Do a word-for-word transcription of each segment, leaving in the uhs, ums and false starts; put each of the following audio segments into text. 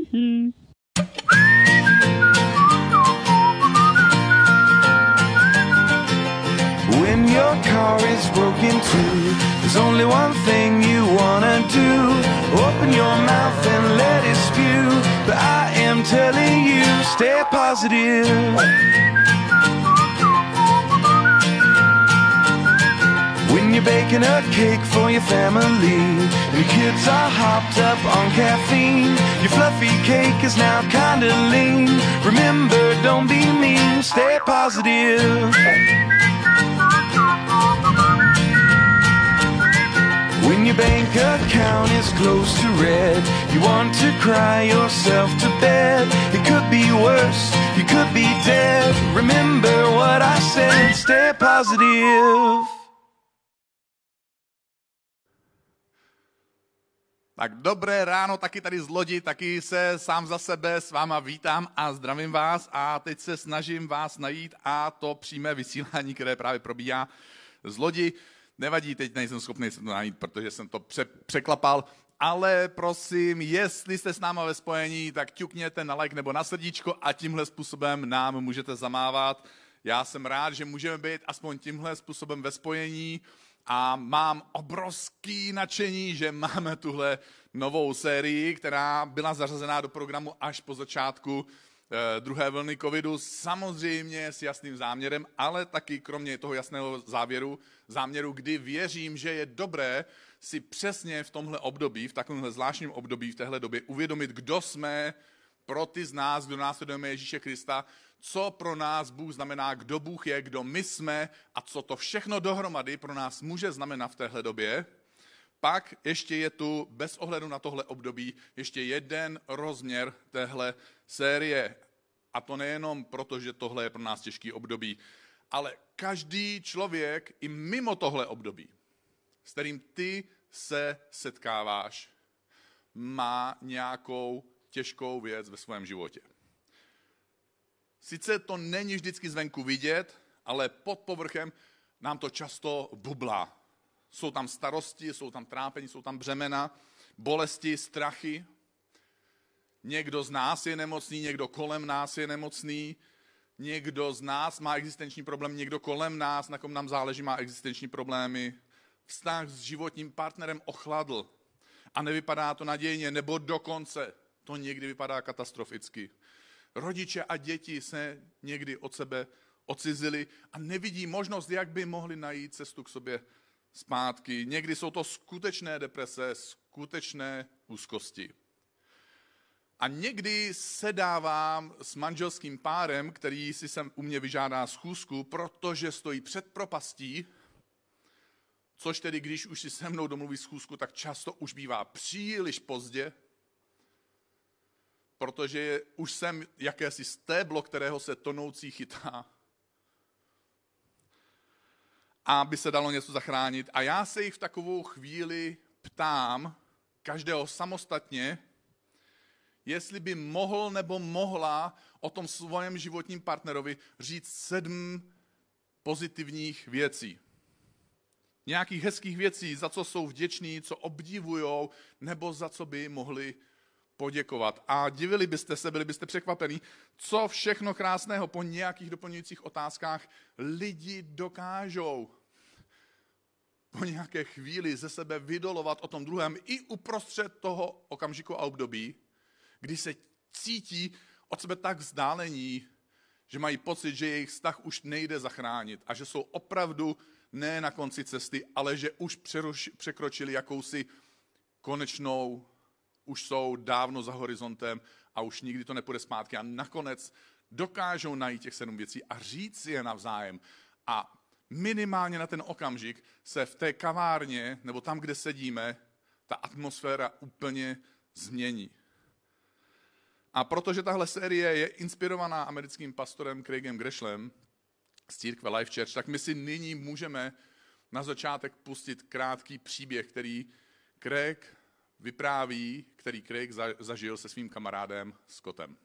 When your car is broken too, there's only one thing you wanna do. Open your mouth and let it spew. But I am telling you, stay positive. When you're baking a cake for your family, and your kids are hopped up on caffeine, your fluffy cake is now kinda lean. Remember, don't be mean, stay positive. When your bank account is close to red, you want to cry yourself to bed. It could be worse, you could be dead. Remember what I said, stay positive. Tak dobré ráno, taky tady z lodi, taky se sám za sebe s váma vítám a zdravím vás a teď se snažím vás najít a to přímé vysílání, které právě probíhá z lodi. Nevadí, teď nejsem schopný se to najít, protože jsem to pře- překlapal, ale prosím, jestli jste s náma ve spojení, tak ťukněte na like nebo na srdíčko a tímhle způsobem nám můžete zamávat. Já jsem rád, že můžeme být aspoň tímhle způsobem ve spojení a mám obrovský nadšení, že máme tuhle novou sérii, která byla zařazená do programu až po začátku eh, druhé vlny covidu, samozřejmě s jasným záměrem, ale taky kromě toho jasného závěru, záměru, kdy věřím, že je dobré si přesně v tomhle období, v takovémhle zvláštním období, v téhle době uvědomit, kdo jsme pro ty z nás, kdo následujeme Ježíše Krista, co pro nás Bůh znamená, kdo Bůh je, kdo my jsme a co to všechno dohromady pro nás může znamenat v téhle době. Pak ještě je tu, bez ohledu na tohle období, ještě jeden rozměr téhle série. A to nejenom proto, že tohle je pro nás těžký období, ale každý člověk i mimo tohle období, s kterým ty se setkáváš, má nějakou těžkou věc ve svém životě. Sice to není vždycky zvenku vidět, ale pod povrchem nám to často bublá. Jsou tam starosti, jsou tam trápení, jsou tam břemena, bolesti, strachy. Někdo z nás je nemocný, někdo kolem nás je nemocný, někdo z nás má existenční problém, někdo kolem nás, na kom nám záleží, má existenční problémy. Vztah s životním partnerem ochladl a nevypadá to nadějně, nebo dokonce to někdy vypadá katastroficky. Rodiče a děti se někdy od sebe odcizili a nevidí možnost, jak by mohli najít cestu k sobě zpátky. Někdy jsou to skutečné deprese, skutečné úzkosti. A někdy sedávám s manželským párem, který si sem u mě vyžádá schůzku, protože stojí před propastí, což tedy, když už si se mnou domluví schůzku, tak často už bývá příliš pozdě, protože už jsem jakési stéblo, kterého se tonoucí chytá, aby se dalo něco zachránit. A já se jich v takovou chvíli ptám, každého samostatně, jestli by mohl nebo mohla o tom svém životním partnerovi říct sedm pozitivních věcí. Nějakých hezkých věcí, za co jsou vděční, co obdivujou, nebo za co by mohli poděkovat. A divili byste se, byli byste překvapení, co všechno krásného po nějakých doplňujících otázkách lidi dokážou po nějaké chvíli ze sebe vydolovat o tom druhém i uprostřed toho okamžiku a období, kdy se cítí od sebe tak vzdálení, že mají pocit, že jejich vztah už nejde zachránit a že jsou opravdu ne na konci cesty, ale že už překročili jakousi konečnou, už jsou dávno za horizontem a už nikdy to nepůjde zpátky a nakonec dokážou najít těch sedm věcí a říct si je navzájem. A minimálně na ten okamžik se v té kavárně, nebo tam, kde sedíme, ta atmosféra úplně změní. A protože tahle série je inspirovaná americkým pastorem Craigem Greshlem z církve Life Church, tak my si nyní můžeme na začátek pustit krátký příběh, který Craig vypráví, který Craig zažil se svým kamarádem Scottem.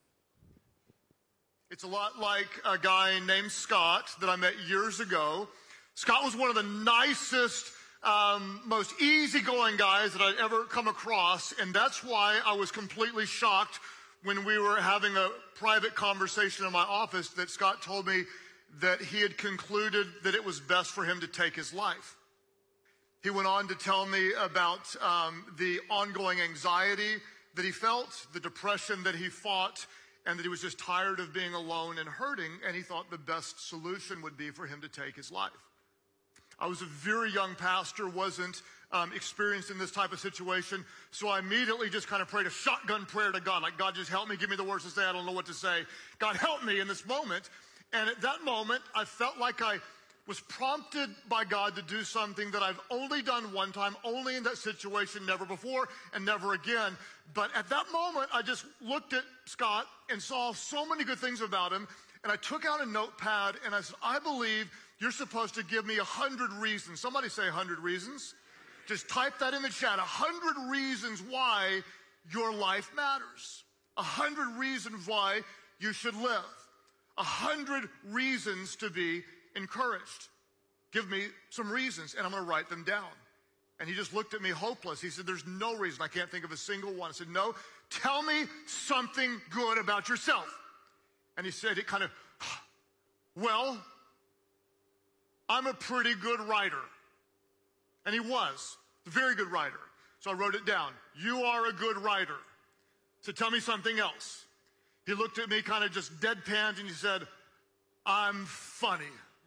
It's a lot like a guy named Scott that I met years ago. Scott was one of the nicest um, most easygoing guys that I'd ever come across, and that's why I was completely shocked when we were having a private conversation in my office that Scott told me that he had concluded that it was best for him to take his life. He went on to tell me about um, the ongoing anxiety that he felt, the depression that he fought, and that he was just tired of being alone and hurting, and he thought the best solution would be for him to take his life. I was a very young pastor, wasn't um, experienced in this type of situation, so I immediately just kind of prayed a shotgun prayer to God, like, God, just help me, give me the words to say, I don't know what to say. God, help me in this moment. And at that moment, I felt like I was prompted by God to do something that I've only done one time, only in that situation, never before and never again. But at that moment, I just looked at Scott and saw so many good things about him. And I took out a notepad and I said, I believe you're supposed to give me a hundred reasons. Somebody say a hundred reasons. Just type that in the chat. A hundred reasons why your life matters. A hundred reasons why you should live. A hundred reasons to be encouraged. Give me some reasons, and I'm going to write them down. And he just looked at me hopeless. He said, there's no reason. I can't think of a single one. I said, no, tell me something good about yourself. And he said it kind of, well, I'm a pretty good writer. And he was a very good writer. So I wrote it down. You are a good writer. So tell me something else. He looked at me kind of just deadpanned and he said, I'm funny.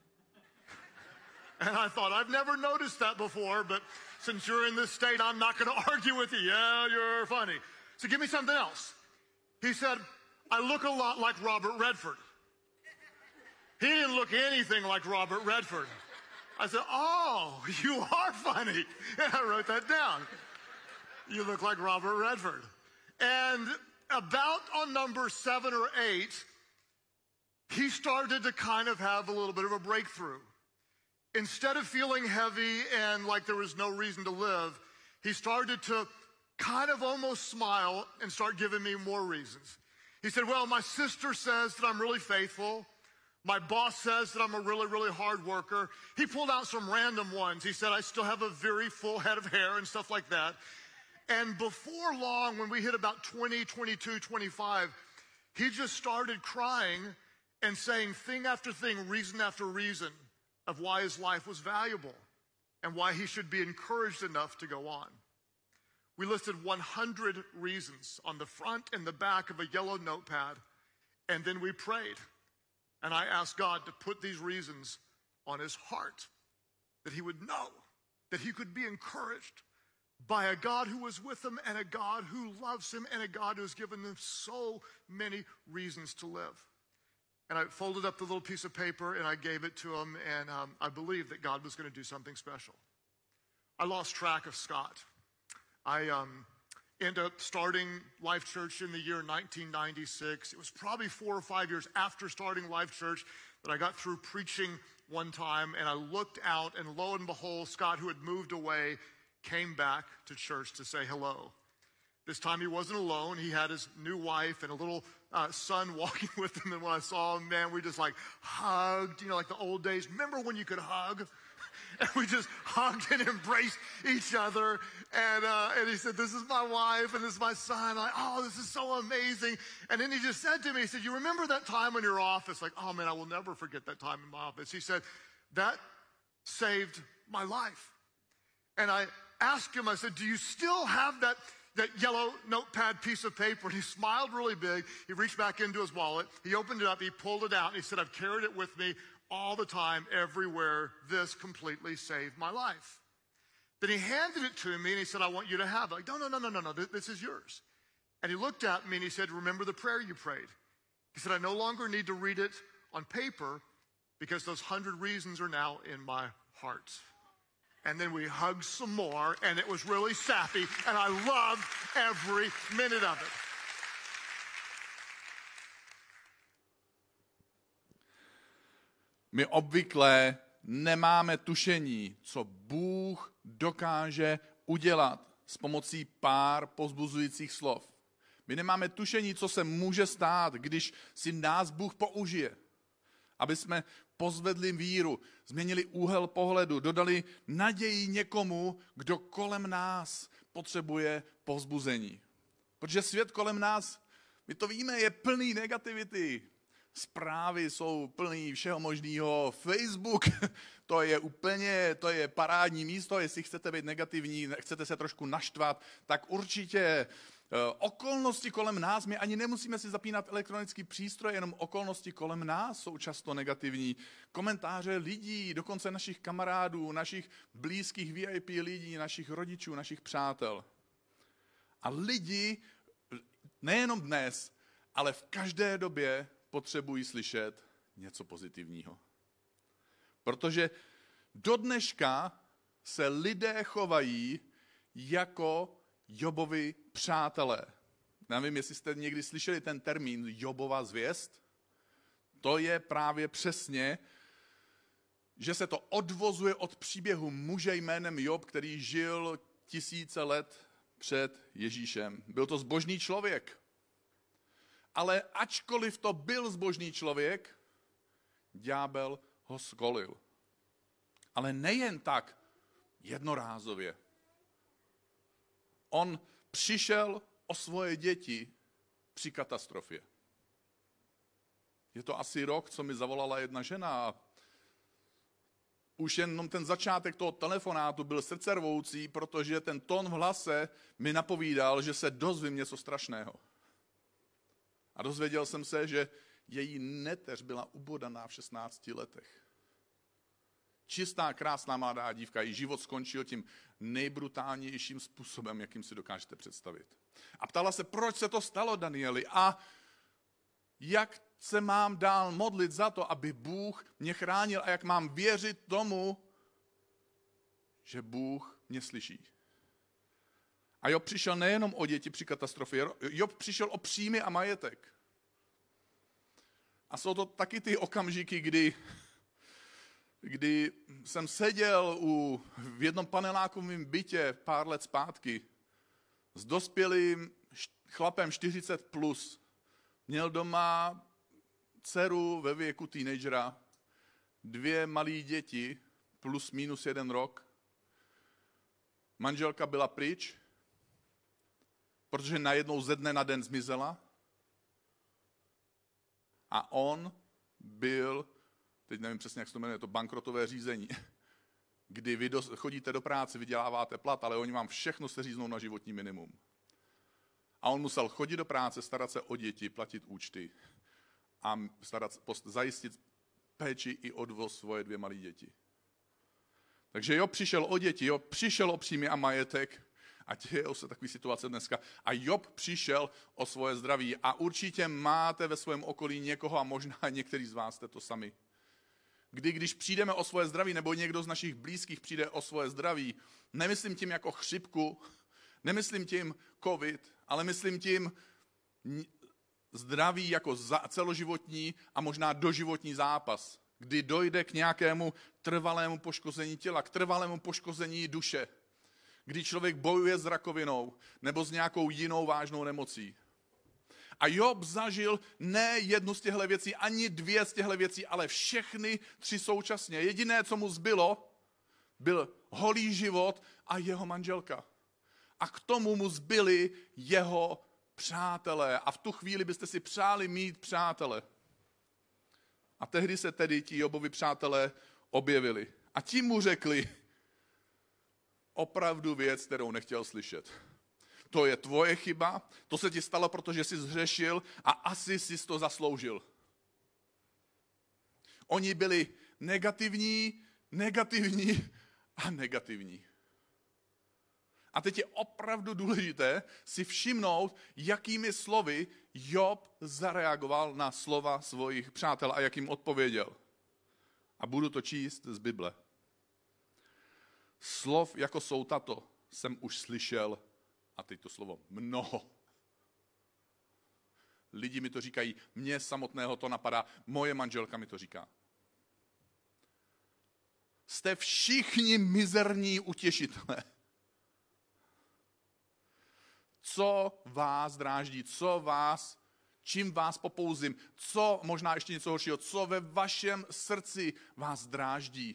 And I thought, I've never noticed that before, but since you're in this state, I'm not going to argue with you. Yeah, you're funny. So give me something else. He said, I look a lot like Robert Redford. He didn't look anything like Robert Redford. I said, oh, you are funny. And I wrote that down. You look like Robert Redford. And about on number seven or eight, he started to kind of have a little bit of a breakthrough. Instead of feeling heavy and like there was no reason to live, he started to kind of almost smile and start giving me more reasons. He said, well, my sister says that I'm really faithful. My boss says that I'm a really, really hard worker. He pulled out some random ones. He said, I still have a very full head of hair and stuff like that. And before long, when we hit about twenty, twenty-two, twenty-five, he just started crying and saying thing after thing, reason after reason of why his life was valuable and why he should be encouraged enough to go on. We listed one hundred reasons on the front and the back of a yellow notepad, and then we prayed. And I asked God to put these reasons on his heart, that he would know, that he could be encouraged by a God who was with him and a God who loves him and a God who has given them so many reasons to live. And I folded up the little piece of paper and I gave it to him, and um, I believed that God was going to do something special. I lost track of Scott. I um, ended up starting Life Church in the year nineteen ninety-six. It was probably four or five years after starting Life Church that I got through preaching one time, and I looked out, and lo and behold, Scott, who had moved away, came back to church to say hello. This time he wasn't alone. He had his new wife and a little uh, son walking with him. And when I saw him, man, we just like hugged, you know, like the old days. Remember when you could hug? And we just hugged and embraced each other. And uh, and he said, this is my wife and this is my son. I'm like, oh, this is so amazing. And then he just said to me, he said, you remember that time in your office? Like, oh, man, I will never forget that time in my office. He said, that saved my life. And I asked him, I said, do you still have that, that yellow notepad piece of paper? And he smiled really big. He reached back into his wallet. He opened it up. He pulled it out. And he said, I've carried it with me all the time, everywhere. This completely saved my life. Then he handed it to me and he said, I want you to have it. Like, no, no, no, no, no, no. This, this is yours. And he looked at me and he said, remember the prayer you prayed? He said, I no longer need to read it on paper because those hundred reasons are now in my heart. And then we hugged some more, and it was really sappy, and I loved every minute of it. My obvykle nemáme tušení, co Bůh dokáže udělat s pomocí pár povzbuzujících slov. My nemáme tušení, co se může stát, když si nás Bůh použije, aby jsme pozvedli víru, změnili úhel pohledu, dodali naději někomu, kdo kolem nás potřebuje povzbuzení. Protože svět kolem nás, my to víme, je plný negativity. Zprávy jsou plný všeho možného. Facebook, to je úplně, to je parádní místo, jestli chcete být negativní, chcete se trošku naštvat, tak určitě okolnosti kolem nás, my ani nemusíme si zapínat elektronický přístroj, jenom okolnosti kolem nás jsou často negativní. Komentáře lidí, dokonce našich kamarádů, našich blízkých V I P lidí, našich rodičů, našich přátel. A lidi nejenom dnes, ale v každé době potřebují slyšet něco pozitivního. Protože do dneška se lidé chovají jako Jobovi přátelé. Nevím, jestli jste někdy slyšeli ten termín Jobova zvěst. To je právě přesně, že se to odvozuje od příběhu muže jménem Job, který žil tisíce let před Ježíšem. Byl to zbožný člověk. Ale ačkoliv to byl zbožný člověk, ďábel ho skolil. Ale nejen tak jednorázově. On přišel o svoje děti při katastrofě. Je to asi rok, co mi zavolala jedna žena. Už jenom ten začátek toho telefonátu byl srdcervoucí, protože ten tón v hlase mi napovídal, že se dozvím něco strašného. A dozvěděl jsem se, že její neteř byla ubodaná v šestnácti letech. Čistá, krásná mladá dívka, její život skončil tím nejbrutálnějším způsobem, jakým si dokážete představit. A ptala se, proč se to stalo, Danieli, a jak se mám dál modlit za to, aby Bůh mě chránil a jak mám věřit tomu, že Bůh mě slyší. A Job přišel nejenom o děti při katastrofě, Job přišel o příjmy a majetek. A jsou to taky ty okamžiky, kdy, kdy jsem seděl u, v jednom panelákovém bytě pár let zpátky s dospělým chlapem čtyřicet plus. Měl doma dceru ve věku teenagera, dvě malé děti, plus minus jeden rok. Manželka byla pryč, protože najednou ze dne na den zmizela. A on byl, teď nevím přesně, jak se to jmenuje, to bankrotové řízení, kdy vy do, chodíte do práce, vyděláváte plat, ale oni vám všechno seříznou na životní minimum. A on musel chodit do práce, starat se o děti, platit účty a starat, post, zajistit péči i odvoz svoje dvě malé děti. Takže Job přišel o děti, Job přišel o příjmy a majetek a dějou se takové situace dneska. A Job přišel o svoje zdraví a určitě máte ve svém okolí někoho a možná některý z vás jste to sami. Kdy, když přijdeme o svoje zdraví, nebo někdo z našich blízkých přijde o svoje zdraví, nemyslím tím jako chřipku, nemyslím tím covid, ale myslím tím zdraví jako celoživotní a možná doživotní zápas, kdy dojde k nějakému trvalému poškození těla, k trvalému poškození duše, kdy člověk bojuje s rakovinou nebo s nějakou jinou vážnou nemocí. A Job zažil ne jednu z těchto věcí, ani dvě z těchto věcí, ale všechny tři současně. Jediné, co mu zbylo, byl holý život a jeho manželka. A k tomu mu zbyli jeho přátelé. A v tu chvíli byste si přáli mít přátele. A tehdy se tedy ti Jobovi přátelé objevili. A ti mu řekli opravdu věc, kterou nechtěl slyšet. To je tvoje chyba, to se ti stalo, protože jsi zhřešil a asi jsi to zasloužil. Oni byli negativní, negativní a negativní. A teď je opravdu důležité si všimnout, jakými slovy Job zareagoval na slova svých přátel a jak jim odpověděl. A budu to číst z Bible. Slov jako jsou tato jsem už slyšel, a teď to slovo mnoho. Lidi mi to říkají, mě samotného to napadá, moje manželka mi to říká. Jste všichni mizerní utěšitelé. Co vás dráždí, co vás čím vás popouzím, co, možná ještě něco horšího, co ve vašem srdci vás dráždí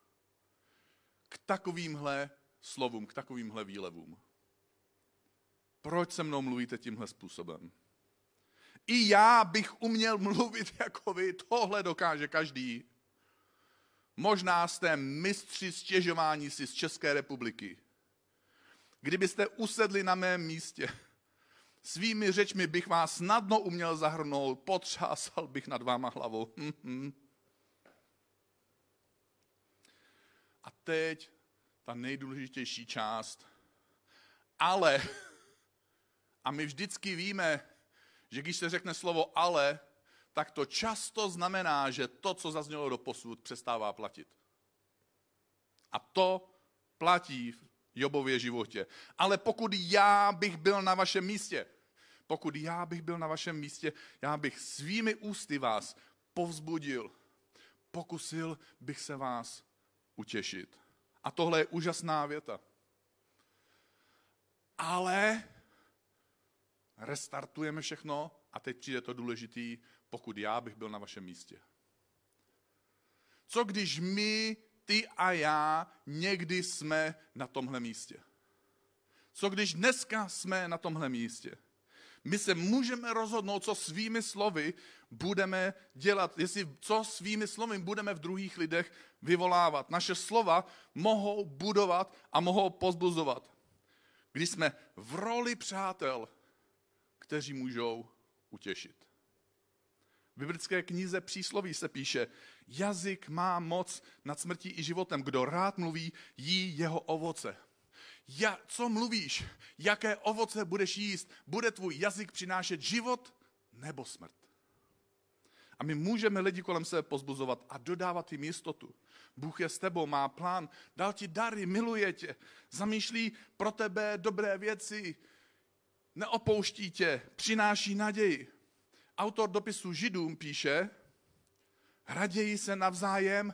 k takovýmhle slovům, k takovýmhle výlevům. Proč se mnou mluvíte tímhle způsobem? I já bych uměl mluvit jako vy, tohle dokáže každý. Možná jste mistři stěžování si z České republiky. Kdybyste usedli na mém místě, svými řečmi bych vás snadno uměl zahrnout, potřásal bych nad váma hlavou. A teď ta nejdůležitější část. Ale, a my vždycky víme, že když se řekne slovo ale, tak to často znamená, že to, co zaznělo doposud, přestává platit. A to platí v Jobově životě. Ale pokud já bych byl na vašem místě, pokud já bych byl na vašem místě, já bych svými ústy vás povzbudil, pokusil bych se vás utěšit. A tohle je úžasná věta. Ale restartujeme všechno a teď přijde to důležitý, pokud já bych byl na vašem místě. Co když my, ty a já, někdy jsme na tomhle místě? Co když dneska jsme na tomhle místě? My se můžeme rozhodnout, co svými slovy budeme dělat, jestli co svými slovy budeme v druhých lidech vyvolávat. Naše slova mohou budovat a mohou pozbuzovat. Když jsme v roli přátel, kteří můžou utěšit. V biblické knize Přísloví se píše, jazyk má moc nad smrtí i životem. Kdo rád mluví, jí jeho ovoce. Ja, co mluvíš? Jaké ovoce budeš jíst? Bude tvůj jazyk přinášet život nebo smrt? A my můžeme lidi kolem sebe pozbuzovat a dodávat jim jistotu. Bůh je s tebou, má plán, dal ti dary, miluje tě, zamýšlí pro tebe dobré věci, neopouští tě, přináší naději. Autor dopisu Židům píše, raději se navzájem,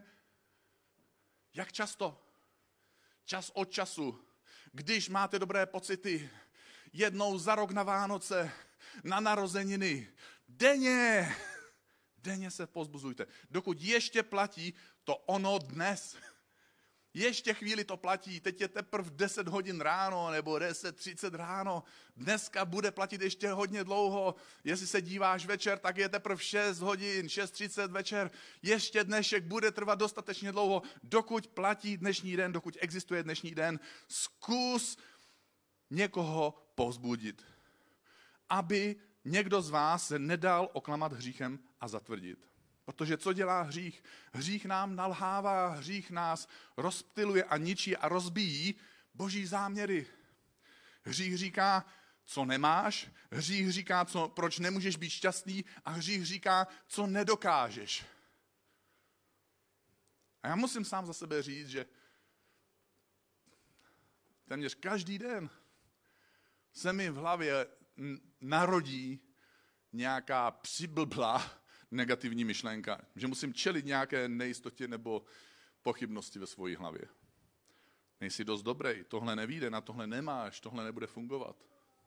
jak často? Čas od času. Když máte dobré pocity, jednou za rok na Vánoce, na narozeniny, denně, denně se pozbuzujte. Dokud ještě platí to ono dnes. Ještě chvíli to platí, teď je teprve deset hodin ráno nebo deset třicet ráno. Dneska bude platit ještě hodně dlouho. Jestli se díváš večer, tak je teprve šest hodin, šest třicet večer. Ještě dnešek bude trvat dostatečně dlouho. Dokud platí dnešní den, dokud existuje dnešní den, zkus někoho povzbudit. Aby někdo z vás se nedal oklamat hříchem a zatvrdit. Protože co dělá hřích? Hřích nám nalhává, hřích nás rozptyluje a ničí a rozbíjí boží záměry. Hřích říká, co nemáš, hřích říká, co, proč nemůžeš být šťastný a hřích říká, co nedokážeš. A já musím sám za sebe říct, že téměř každý den se mi v hlavě narodí nějaká přiblblá negativní myšlenka, že musím čelit nějaké nejistotě nebo pochybnosti ve své hlavě. Nejsi dost dobrý, tohle nevyjde, na tohle nemáš, tohle nebude fungovat.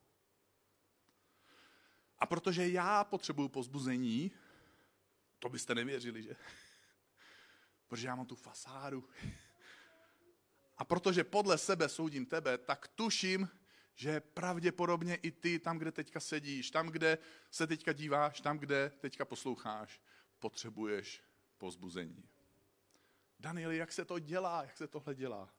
A protože já potřebuju povzbuzení, to byste nevěřili, že? Protože já mám tu fasádu. A protože podle sebe soudím tebe, tak tuším, že pravděpodobně i ty, tam, kde teďka sedíš, tam, kde se teďka díváš, tam, kde teďka posloucháš, potřebuješ povzbuzení. Danieli, jak se to dělá? Jak se tohle dělá?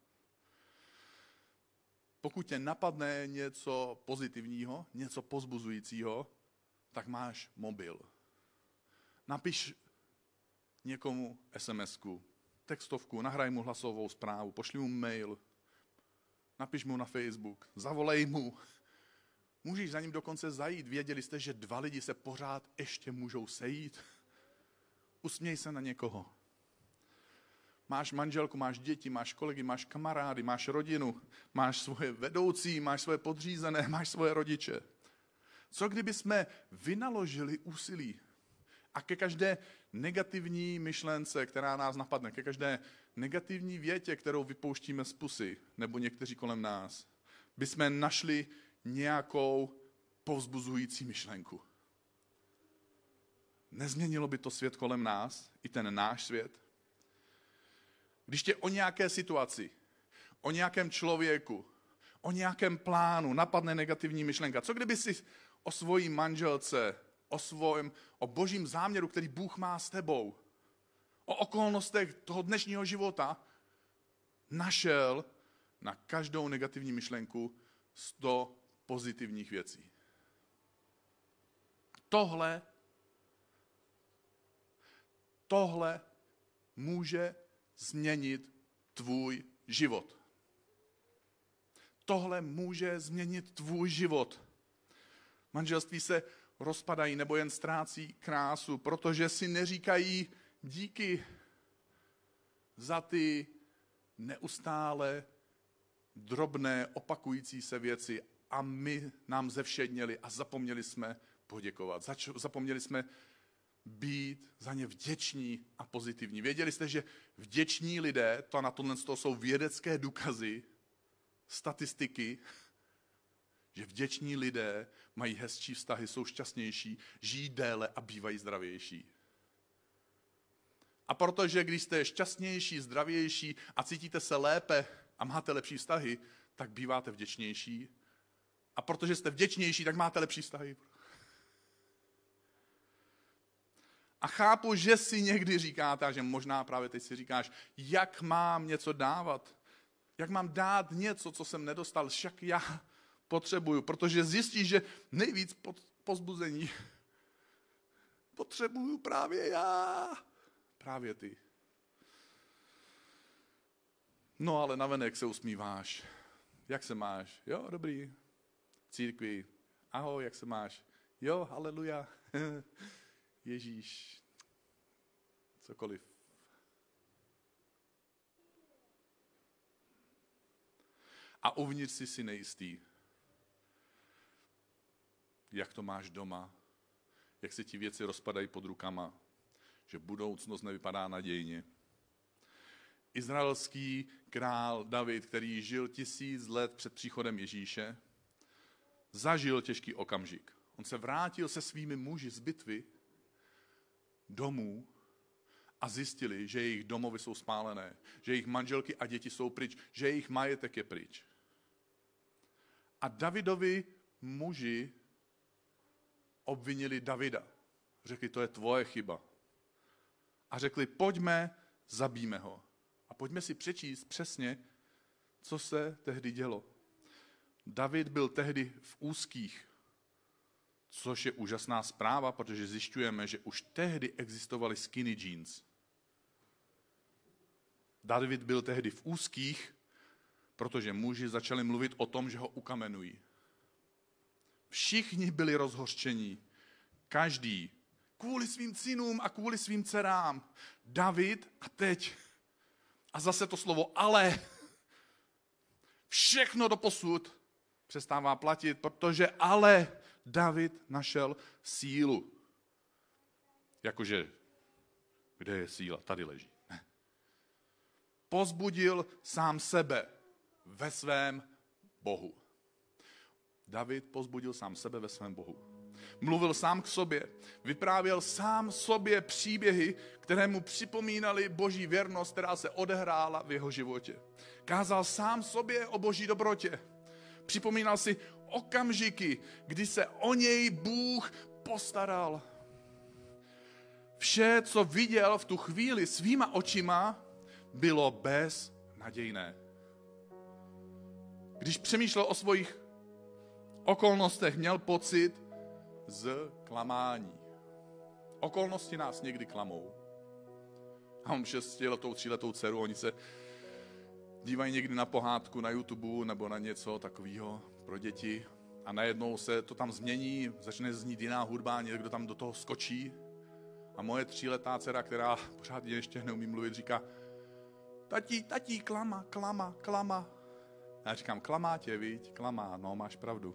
Pokud tě napadne něco pozitivního, něco povzbuzujícího, tak máš mobil. Napiš někomu es em esku, textovku, nahraj mu hlasovou zprávu, pošli mu mail, napiš mu na Facebook, zavolej mu. Můžeš za ním dokonce zajít. Věděli jste, že dva lidi se pořád ještě můžou sejít? Usměj se na někoho. Máš manželku, máš děti, máš kolegy, máš kamarády, máš rodinu, máš svoje vedoucí, máš svoje podřízené, máš svoje rodiče. Co kdyby jsme vynaložili úsilí a ke každé negativní myšlence, která nás napadne, ke každé negativní větě, kterou vypouštíme z pusy, nebo někteří kolem nás, bychom našli nějakou povzbuzující myšlenku. nezměnilo by to svět kolem nás, i ten náš svět? Když tě o nějaké situaci, o nějakém člověku, o nějakém plánu napadne negativní myšlenka, co kdyby si o svojí manželce, o svém, o božím záměru, který Bůh má s tebou, o okolnostech toho dnešního života, našel na každou negativní myšlenku sto pozitivních věcí. Tohle, tohle může změnit tvůj život. Tohle může změnit tvůj život. Manželství se rozpadají nebo jen ztrácí krásu, protože si neříkají díky za ty neustále drobné opakující se věci a my nám zevšedněli a zapomněli jsme poděkovat. Zač- zapomněli jsme být za ně vděční a pozitivní. Věděli jste, že vděční lidé, to na tohle jsou vědecké důkazy, statistiky, že vděční lidé mají hezčí vztahy, jsou šťastnější, žijí déle a bývají zdravější. A protože když jste šťastnější, zdravější a cítíte se lépe a máte lepší vztahy, tak býváte vděčnější. A protože jste vděčnější, tak máte lepší vztahy. A chápu, že si někdy říkáte, a že možná právě teď si říkáš, jak mám něco dávat, jak mám dát něco, co jsem nedostal, však já potřebuju, protože zjistíš, že nejvíc povzbuzení potřebuju právě já, právě ty. No ale navenek se usmíváš. Jak se máš? Jo, dobrý. Církvi. Ahoj, jak se máš? Jo, haleluja. Ježíš. Cokoliv. A uvnitř si si nejistý. Jak to máš doma? Jak se ti věci rozpadají pod rukama? Že budoucnost nevypadá nadějně. Izraelský král David, který žil tisíc let před příchodem Ježíše, zažil těžký okamžik. On se vrátil se svými muži z bitvy domů a zjistili, že jejich domovy jsou spálené, že jejich manželky a děti jsou pryč, že jejich majetek je pryč. A Davidovi muži obvinili Davida. Řekli, to je tvoje chyba. A řekli, pojďme, zabijme ho. A pojďme si přečíst přesně, co se tehdy dělo. David byl tehdy v úzkých, což je úžasná zpráva, protože zjišťujeme, že už tehdy existovaly skinny jeans. David byl tehdy v úzkých, protože muži začali mluvit o tom, že ho ukamenují. Všichni byli rozhořčení. Každý. Kvůli svým synům a kvůli svým dcerám. David a teď. A zase to slovo ale. Všechno doposud přestává platit, protože ale David našel sílu. Jakože, kde je síla? Tady leží. Ne. Pozbudil sám sebe ve svém Bohu. David pozbudil sám sebe ve svém Bohu. Mluvil sám k sobě, vyprávěl sám sobě příběhy, které mu připomínaly boží věrnost, která se odehrála v jeho životě. Kázal sám sobě o boží dobrotě. Připomínal si okamžiky, kdy se o něj Bůh postaral. Vše, co viděl v tu chvíli svýma očima, bylo beznadějné. Když přemýšlel o svých okolnostech, měl pocit z klamání. Okolnosti nás někdy klamou. Já mám šestiletou, tříletou dceru, oni se dívají někdy na pohádku na YouTube nebo na něco takového pro děti a najednou se to tam změní, začne znít jiná hudba, někdo tam do toho skočí a moje tříletá dcera, která pořád ještě neumí mluvit, říká tati, tati, klama, klama, klama. Já říkám, klamá tě, viď, klamá, no máš pravdu.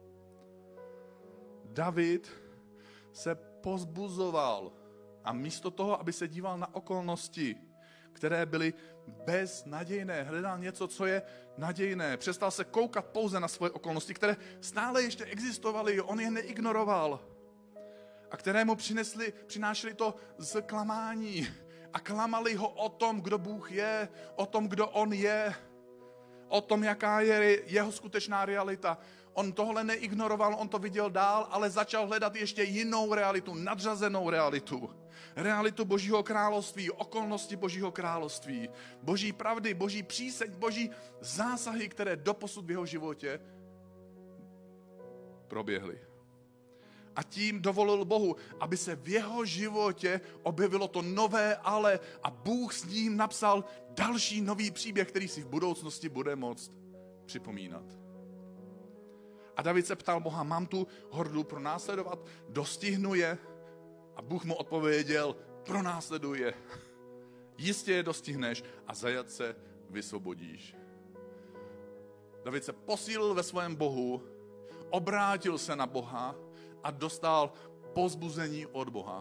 David se pozbuzoval a místo toho, aby se díval na okolnosti, které byly beznadějné, hledal něco, co je nadějné. Přestal se koukat pouze na svoje okolnosti, které stále ještě existovaly, on je neignoroval. a kterému přinesli, přinášeli to zklamání a klamali ho o tom, kdo Bůh je, o tom, kdo on je, o tom, jaká je jeho skutečná realita. On tohle neignoroval, on to viděl dál, ale začal hledat ještě jinou realitu, nadřazenou realitu. Realitu Božího království, okolnosti Božího království, Boží pravdy, Boží příseň, Boží zásahy, které doposud v jeho životě proběhly. A tím dovolil Bohu, aby se v jeho životě objevilo to nové ale a Bůh s ním napsal další nový příběh, který si v budoucnosti bude moct připomínat. A David se ptal Boha, mám tu hordu pronásledovat, dostihnu je? A Bůh mu odpověděl, pronásleduj je. Jistě je dostihneš a zajatce vysvobodíš. David se posílil ve svém Bohu, obrátil se na Boha a dostal povzbuzení od Boha.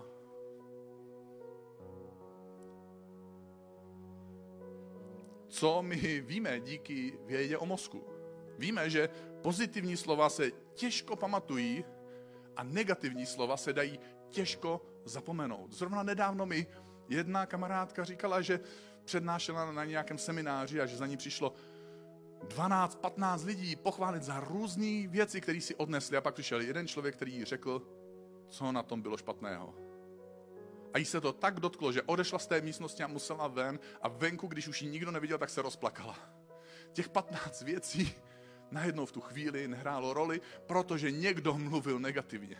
Co my víme díky vědě o mozku? Víme, že pozitivní slova se těžko pamatují a negativní slova se dají těžko zapomenout. Zrovna nedávno mi jedna kamarádka říkala, že přednášela na nějakém semináři a že za ní přišlo dvanáct patnáct lidí pochválit za různé věci, které si odnesli. A pak přišel jeden člověk, který řekl, co na tom bylo špatného. A jí se to tak dotklo, že odešla z té místnosti a musela ven a venku, když už ji nikdo neviděl, tak se rozplakala. Těch patnáct věcí najednou v tu chvíli nehrálo roli, protože někdo mluvil negativně.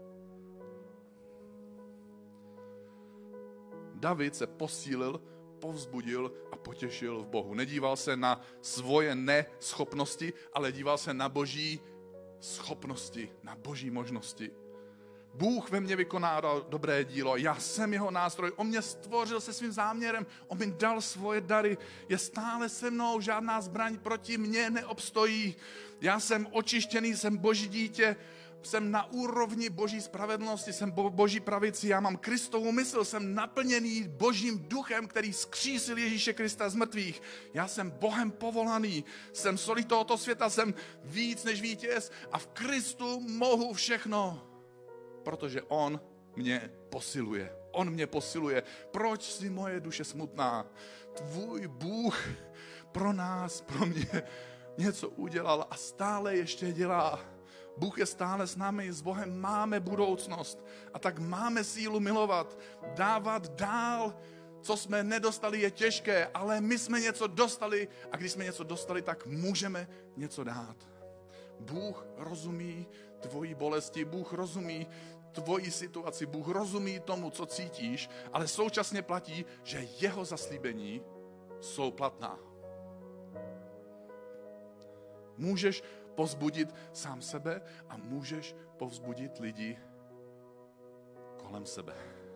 David se posílil, povzbudil a potěšil v Bohu. Nedíval se na svoje neschopnosti, ale díval se na Boží schopnosti, na Boží možnosti. Bůh ve mně vykonával dobré dílo, já jsem jeho nástroj, on mě stvořil se svým záměrem, on mi dal svoje dary, je stále se mnou, žádná zbraň proti mně neobstojí. Já jsem očištěný, jsem Boží dítě, jsem na úrovni Boží spravedlnosti, jsem bo- Boží pravici, já mám Kristovu mysl, jsem naplněný Božím duchem, který skřísil Ježíše Krista z mrtvých. Já jsem Bohem povolaný, jsem solí tohoto světa, jsem víc než vítěz a v Kristu mohu všechno, protože on mě posiluje. On mě posiluje. Proč si moje duše smutná? Tvůj Bůh pro nás, pro mě něco udělal a stále ještě dělá. Bůh je stále s námi, s Bohem máme budoucnost a tak máme sílu milovat, dávat dál. Co jsme nedostali je těžké, ale my jsme něco dostali a když jsme něco dostali, tak můžeme něco dát. Bůh rozumí tvojí bolesti, Bůh rozumí tvojí situaci, Bůh rozumí tomu, co cítíš, ale současně platí, že jeho zaslíbení jsou platná. Můžeš povzbudit sám sebe a můžeš povzbudit lidi kolem sebe.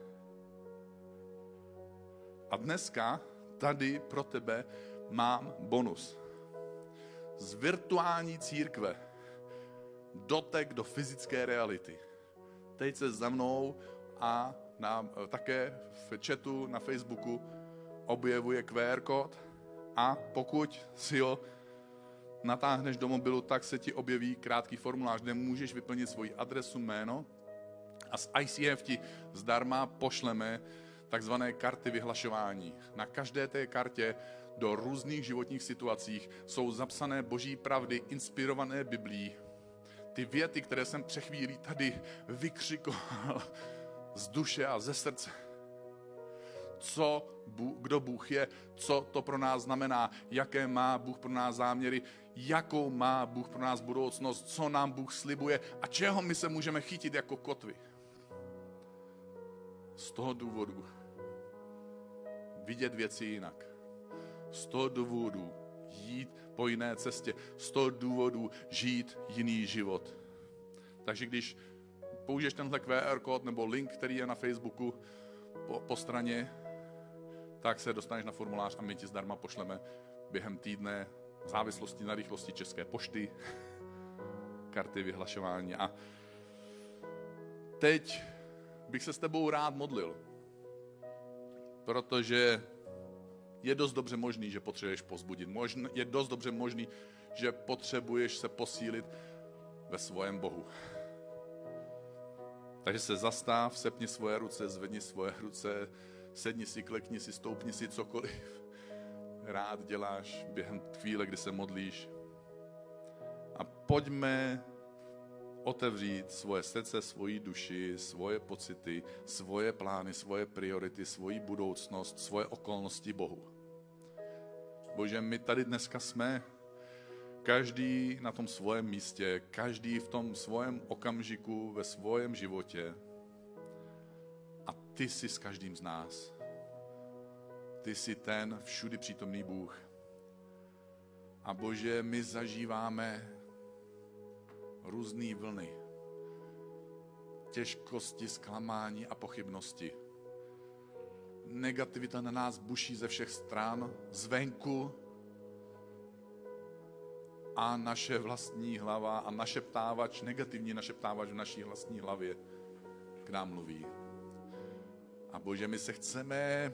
A dneska tady pro tebe mám bonus. Z virtuální církve dotek do fyzické reality. Teď se za mnou a na, také v chatu na Facebooku objevuje Q R kód a pokud si ho natáhneš do mobilu, tak se ti objeví krátký formulář, kde můžeš vyplnit svoji adresu, jméno a z I C F ti zdarma pošleme takzvané karty vyhlašování. Na každé té kartě do různých životních situacích jsou zapsané Boží pravdy, inspirované Biblií. Ty věty, které jsem před chvílí tady vykřikoval z duše a ze srdce. Co, kdo Bůh je, co to pro nás znamená, jaké má Bůh pro nás záměry, jakou má Bůh pro nás budoucnost, co nám Bůh slibuje a čeho my se můžeme chytit jako kotvy. Z toho důvodu vidět věci jinak. Z toho důvodu jít po jiné cestě. Z toho důvodu žít jiný život. Takže když použiješ tenhle Q R kód nebo link, který je na Facebooku po, po straně, tak se dostaneš na formulář a my ti zdarma pošleme během týdne v závislosti na rychlosti České pošty karty vyhlašování. A teď bych se s tebou rád modlil, protože je dost dobře možný, že potřebuješ povzbudit. Je dost dobře možný, že potřebuješ se posílit ve svém Bohu. Takže se zastav, sepni svoje ruce, zvedni svoje ruce, sedni si, klekni si, stoupni si, cokoliv rád děláš během chvíle, kdy se modlíš. A pojďme otevřít svoje srdce, svoji duši, svoje pocity, svoje plány, svoje priority, svoji budoucnost, svoje okolnosti Bohu. Bože, my tady dneska jsme, každý na tom svém místě, každý v tom svém okamžiku, ve svém životě. A ty jsi s každým z nás. Ty jsi ten všudy přítomný Bůh. A Bože, my zažíváme různé vlny, těžkosti, zklamání a pochybnosti. Negativita na nás buší ze všech stran, zvenku, a naše vlastní hlava a našeptávač, negativní našeptávač v naší vlastní hlavě k nám mluví. A Bože, my se chceme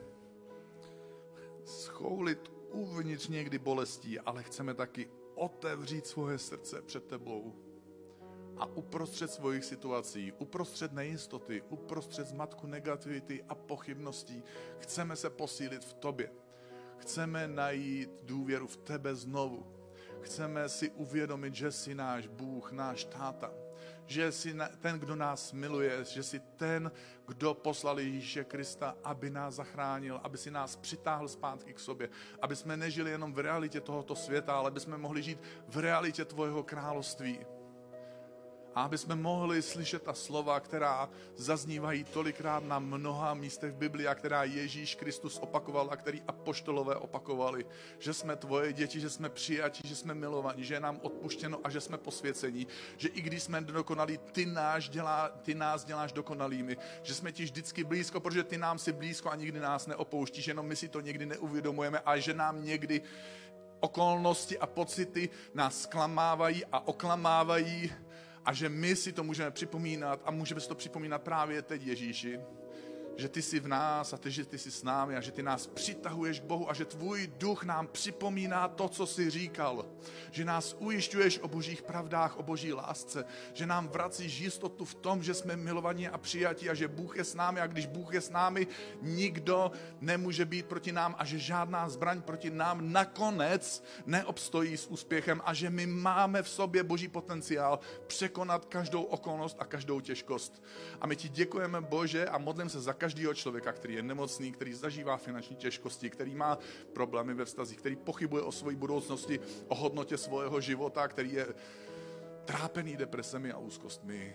schoulit uvnitř někdy bolestí, ale chceme taky otevřít svoje srdce před tebou. A uprostřed svojich situací, uprostřed nejistoty, uprostřed zmatku negativity a pochybností chceme se posílit v tobě. Chceme najít důvěru v tebe znovu. Chceme si uvědomit, že jsi náš Bůh, náš táta. Že jsi ten, kdo nás miluje, že jsi ten, kdo poslal Ježíše Krista, aby nás zachránil, aby si nás přitáhl zpátky k sobě, aby jsme nežili jenom v realitě tohoto světa, ale aby jsme mohli žít v realitě tvojho království. A aby jsme mohli slyšet ta slova, která zaznívají tolikrát na mnoha místech v Biblii a která Ježíš Kristus opakoval a který apoštolové opakovali, že jsme tvoje děti, že jsme přijati, že jsme milovaní, že je nám odpuštěno a že jsme posvěcení, že i když jsme dokonalí, ty, náš dělá, ty nás děláš dokonalými, že jsme ti vždycky blízko, protože ty nám si blízko a nikdy nás neopouštíš, jenom my si to někdy neuvědomujeme a že nám někdy okolnosti a pocity nás zklamávají a oklamávají, a že my si to můžeme připomínat a můžeme si to připomínat právě teď, Ježíši. Že ty jsi v nás a ty, že ty jsi s námi a že ty nás přitahuješ k Bohu a že tvůj duch nám připomíná to, co jsi říkal. Že nás ujišťuješ o božích pravdách, o boží lásce. Že nám vracíš jistotu v tom, že jsme milovaní a přijatí a že Bůh je s námi a když Bůh je s námi, nikdo nemůže být proti nám a že žádná zbraň proti nám nakonec neobstojí s úspěchem a že my máme v sobě boží potenciál překonat každou okolnost a každou těžkost. A my ti děkujeme, Bože, a modlím se za každého člověka, který je nemocný, který zažívá finanční těžkosti, který má problémy ve vztazích, který pochybuje o své budoucnosti, o hodnotě svého života, který je trápený depresemi a úzkostmi.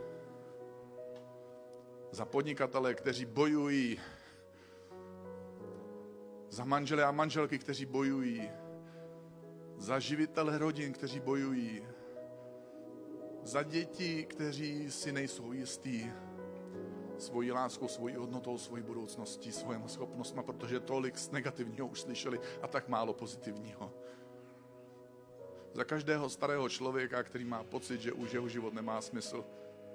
Za podnikatele, kteří bojují, za manžele a manželky, kteří bojují, za živitele rodin, kteří bojují, za děti, kteří si nejsou jistí svojí láskou, svojí hodnotou, svojí budoucností, svojimi schopnostmi, protože tolik z negativního už slyšeli a tak málo pozitivního. Za každého starého člověka, který má pocit, že už jeho život nemá smysl.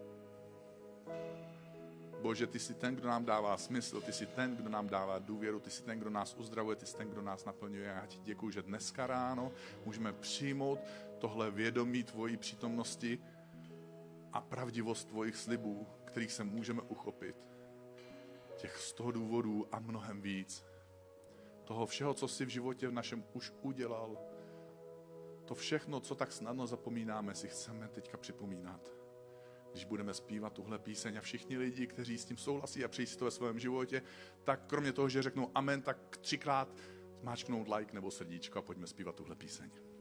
Bože, ty jsi ten, kdo nám dává smysl, ty jsi ten, kdo nám dává důvěru, ty jsi ten, kdo nás uzdravuje, ty jsi ten, kdo nás naplňuje. Já ti děkuju, že dneska ráno můžeme přijmout tohle vědomí tvojí přítomnosti a pravdivost tvojich slibů, kterých se můžeme uchopit. Těch sto důvodů a mnohem víc. Toho všeho, co jsi v životě v našem už udělal. To všechno, co tak snadno zapomínáme, si chceme teďka připomínat. Když budeme zpívat tuhle píseň a všichni lidi, kteří s tím souhlasí a přijí si to ve svém životě, tak kromě toho, že řeknou amen, tak třikrát zmáčknout like nebo srdíčko a pojďme zpívat tuhle píseň.